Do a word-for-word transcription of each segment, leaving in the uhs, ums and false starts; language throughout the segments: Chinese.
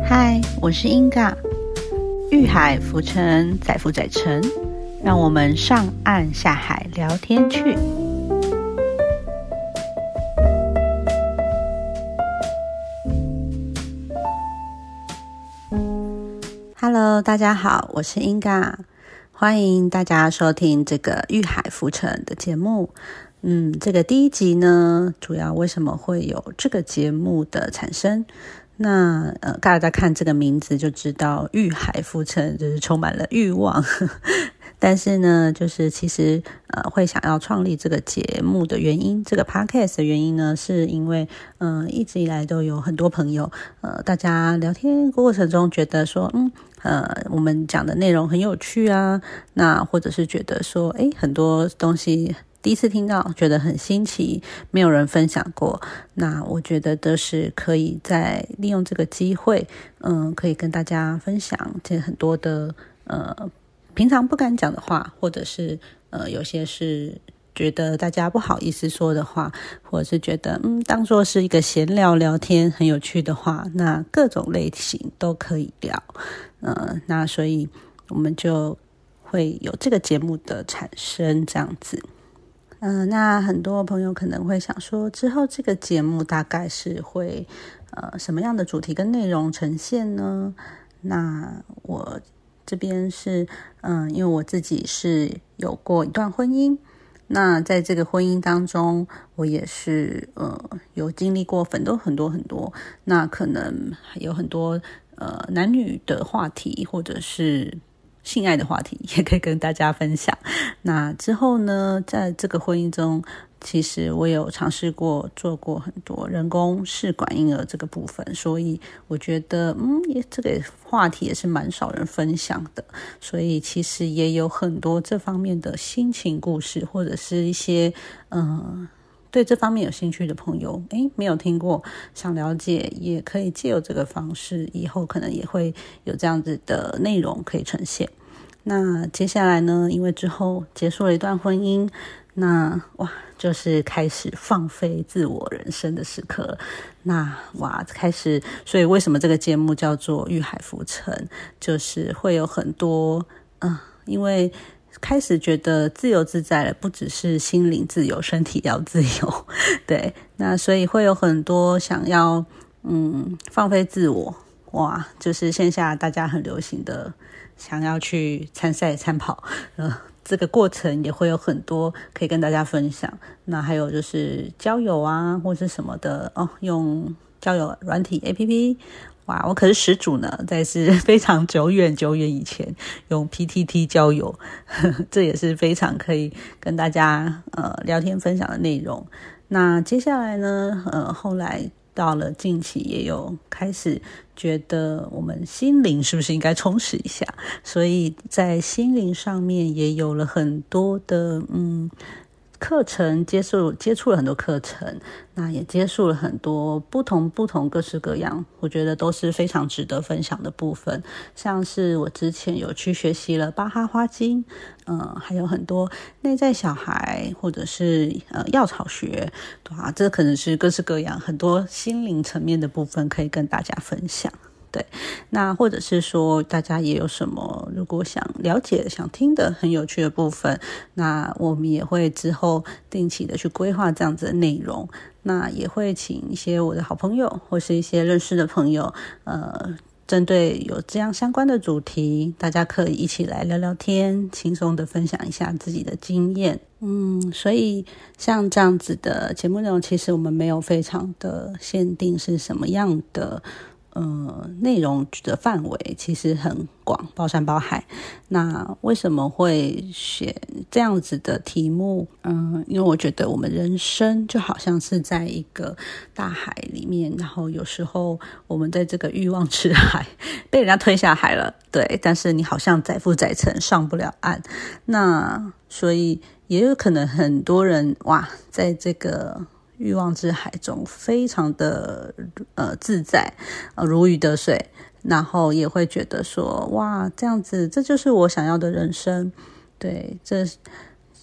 嗨，我是英嘎，遇海浮沉，载浮载沉，让我们上岸下海聊天去。Hello， 大家好，我是英嘎，欢迎大家收听这个遇海浮沉的节目。嗯，这个第一集呢，主要为什么会有这个节目的产生？那呃，大家看这个名字就知道，遇海浮沉就是充满了欲望。但是呢，就是其实呃，会想要创立这个节目的原因，这个 podcast 的原因呢，是因为嗯、呃，一直以来都有很多朋友呃，大家聊天过程中觉得说，嗯呃，我们讲的内容很有趣啊，那或者是觉得说，诶，很多东西第一次听到，觉得很新奇，没有人分享过。那我觉得都是可以再利用这个机会，嗯，可以跟大家分享这很多的呃平常不敢讲的话，或者是呃有些是觉得大家不好意思说的话，或者是觉得嗯当作是一个闲聊聊天很有趣的话，那各种类型都可以聊。呃，那所以我们就会有这个节目的产生这样子。嗯、呃，那很多朋友可能会想说，之后这个节目大概是会呃什么样的主题跟内容呈现呢？那我这边是嗯、呃，因为我自己是有过一段婚姻，那在这个婚姻当中，我也是呃有经历过很多很多很多，那可能有很多呃男女的话题，或者是性爱的话题也可以跟大家分享。那之后呢，在这个婚姻中，其实我有尝试过做过很多人工试管婴儿这个部分，所以我觉得嗯，也这个话题也是蛮少人分享的，所以其实也有很多这方面的心情故事，或者是一些嗯。对这方面有兴趣的朋友，诶，没有听过，想了解，也可以借由这个方式，以后可能也会有这样子的内容可以呈现。那接下来呢，因为之后结束了一段婚姻，那哇，就是开始放飞自我人生的时刻。那哇，开始，所以为什么这个节目叫做遇海浮沉，就是会有很多，嗯，因为开始觉得自由自在了，不只是心灵自由，身体要自由。对，那所以会有很多想要嗯放飞自我，哇，就是线下大家很流行的想要去参赛参跑，呃，这个过程也会有很多可以跟大家分享。那还有就是交友啊，或是什么的哦，用交友软体 A P P。哇，我可是始祖呢，在是非常久远久远以前用 P T T 交友，呵呵，这也是非常可以跟大家呃聊天分享的内容。那接下来呢，呃，后来到了近期也有开始觉得我们心灵是不是应该充实一下，所以在心灵上面也有了很多的嗯课程，接触接触了很多课程，那也接触了很多不同不同各式各样，我觉得都是非常值得分享的部分。像是我之前有去学习了巴哈花精，嗯、呃，还有很多内在小孩，或者是呃药草学，对啊，这可能是各式各样很多心灵层面的部分可以跟大家分享。对，那或者是说大家也有什么如果想了解想听的很有趣的部分，那我们也会之后定期的去规划这样子的内容，那也会请一些我的好朋友或是一些认识的朋友呃，针对有这样相关的主题，大家可以一起来聊聊天，轻松的分享一下自己的经验。嗯，所以像这样子的节目内容，其实我们没有非常的限定是什么样的呃，内容的范围其实很广，包山包海。那为什么会选这样子的题目？嗯，因为我觉得我们人生就好像是在一个大海里面，然后有时候我们在这个欲望之海被人家推下海了，对，但是你好像载浮载沉上不了岸。那所以也有可能很多人哇，在这个欲望之海中非常的呃自在，呃如鱼得水，然后也会觉得说哇，这样子这就是我想要的人生。对，这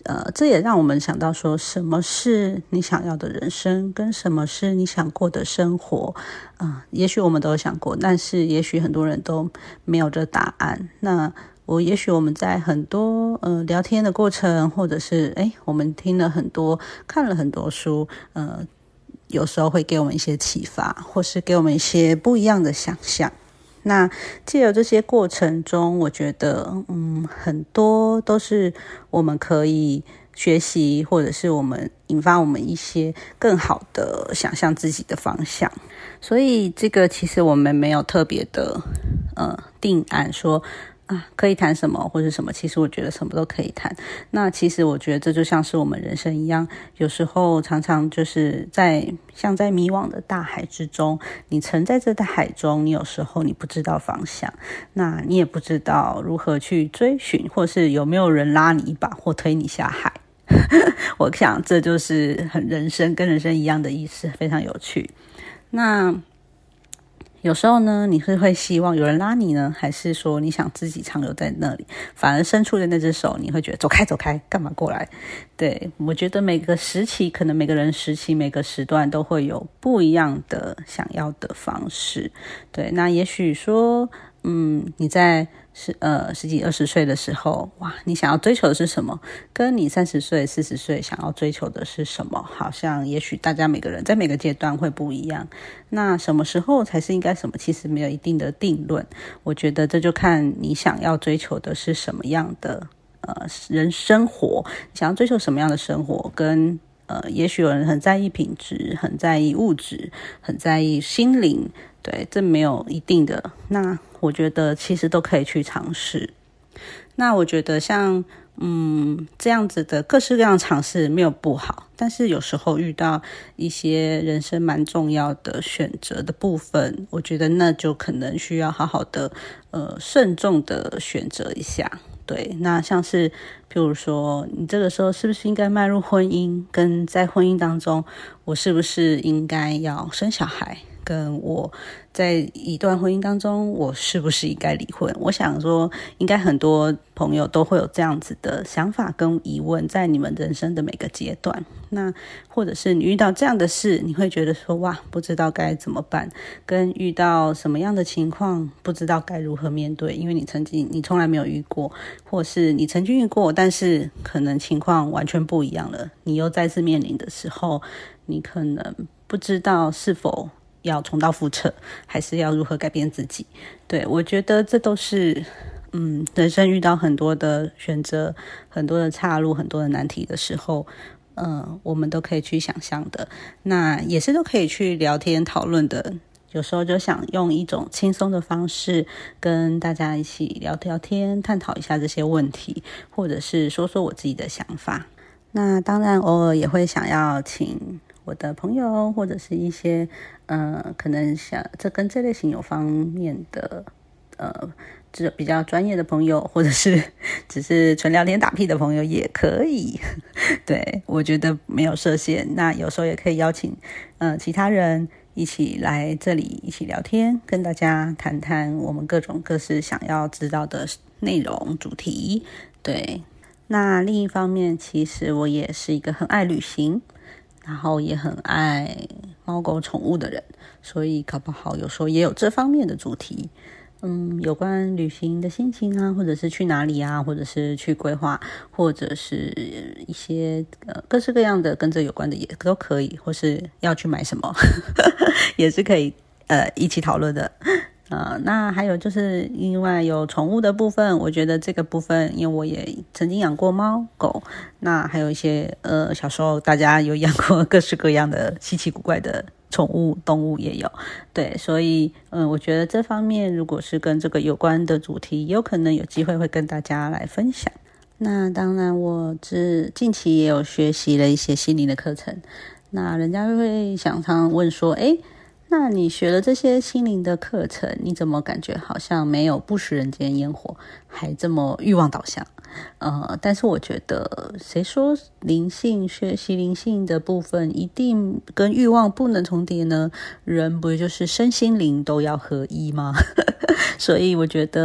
呃，这也让我们想到说，什么是你想要的人生，跟什么是你想过的生活。呃，也许我们都有想过，但是也许很多人都没有这答案。那我也许我们在很多呃聊天的过程，或者是诶我们听了很多，看了很多书，呃，有时候会给我们一些启发，或是给我们一些不一样的想象。那借由这些过程中，我觉得嗯，很多都是我们可以学习，或者是我们引发我们一些更好的想象自己的方向。所以这个其实我们没有特别的呃定案说啊，可以谈什么或是什么，其实我觉得什么都可以谈。那其实我觉得这就像是我们人生一样，有时候常常就是在像在迷惘的大海之中，你沉在这大海中，你有时候你不知道方向，那你也不知道如何去追寻，或是有没有人拉你一把或推你下海。我想这就是很人生跟人生一样的意思，非常有趣。那有时候呢，你是会希望有人拉你呢，还是说你想自己长留在那里，反而伸出的那只手你会觉得走开走开，干嘛过来。对，我觉得每个时期，可能每个人时期每个时段都会有不一样的想要的方式。对，那也许说嗯，你在十呃十几二十岁的时候，哇，你想要追求的是什么？跟你三十岁、四十岁想要追求的是什么？好像也许大家每个人在每个阶段会不一样。那什么时候才是应该什么？其实没有一定的定论。我觉得这就看你想要追求的是什么样的呃人生活，想要追求什么样的生活，跟呃，也许有人很在意品质，很在意物质，很在意心灵。对，这没有一定的，那我觉得其实都可以去尝试。那我觉得像嗯这样子的各式各样的尝试没有不好，但是有时候遇到一些人生蛮重要的选择的部分，我觉得那就可能需要好好的呃慎重的选择一下。对，那像是譬如说你这个时候是不是应该迈入婚姻，跟在婚姻当中我是不是应该要生小孩，跟我在一段婚姻当中我是不是应该离婚。我想说应该很多朋友都会有这样子的想法跟疑问，在你们人生的每个阶段。那或者是你遇到这样的事，你会觉得说哇，不知道该怎么办，跟遇到什么样的情况不知道该如何面对，因为你曾经你从来没有遇过，或是你曾经遇过，但是可能情况完全不一样了，你又再次面临的时候，你可能不知道是否要重蹈覆辙，还是要如何改变自己。对，我觉得这都是嗯，人生遇到很多的选择，很多的岔路，很多的难题的时候，呃，我们都可以去想象的，那也是都可以去聊天讨论的。有时候就想用一种轻松的方式跟大家一起聊聊天，探讨一下这些问题，或者是说说我自己的想法。那当然偶尔也会想要请我的朋友，或者是一些呃，可能想这跟这类型有方面的呃这比较专业的朋友，或者是只是纯聊天打屁的朋友也可以。对，我觉得没有设限。那有时候也可以邀请呃其他人一起来这里一起聊天，跟大家谈谈我们各种各式想要知道的内容主题。对，那另一方面，其实我也是一个很爱旅行，然后也很爱猫狗宠物的人，所以搞不好有时候也有这方面的主题。嗯，有关旅行的心情啊，或者是去哪里啊，或者是去规划，或者是一些呃各式各样的跟这有关的也都可以，或是要去买什么也是可以呃一起讨论的。呃，那还有就是另外有宠物的部分，我觉得这个部分因为我也曾经养过猫狗，那还有一些呃小时候大家有养过各式各样的稀奇古怪的宠物动物也有。对，所以嗯，我觉得这方面如果是跟这个有关的主题，有可能有机会会跟大家来分享。那当然我是近期也有学习了一些心灵的课程，那人家会常常问说，诶那你学了这些心灵的课程，你怎么感觉好像没有不食人间烟火，还这么欲望导向？呃，但是我觉得，谁说灵性学习灵性的部分一定跟欲望不能重叠呢？人不就是身心灵都要合一吗？所以我觉得，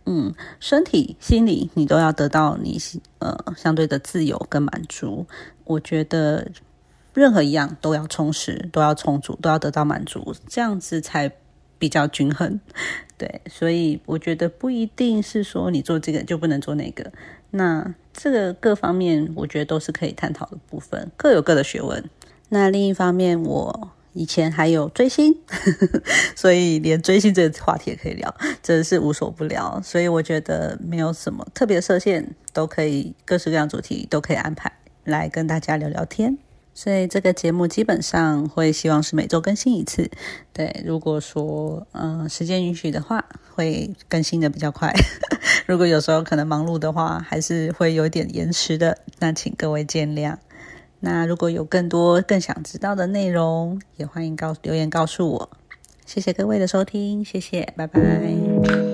嗯，身体、心理你都要得到你呃相对的自由跟满足。我觉得任何一样都要充实，都要充足，都要得到满足，这样子才比较均衡。对，所以我觉得不一定是说你做这个就不能做那个，那这个各方面我觉得都是可以探讨的部分，各有各的学问。那另一方面，我以前还有追星所以连追星这个话题也可以聊，真的是无所不聊。所以我觉得没有什么特别设限，都可以各式各样主题都可以安排来跟大家聊聊天。所以这个节目基本上会希望是每周更新一次，对，如果说嗯、呃、时间允许的话会更新的比较快如果有时候可能忙碌的话还是会有点延迟的，那请各位见谅。那如果有更多更想知道的内容，也欢迎告留言告诉我。谢谢各位的收听，谢谢，拜拜。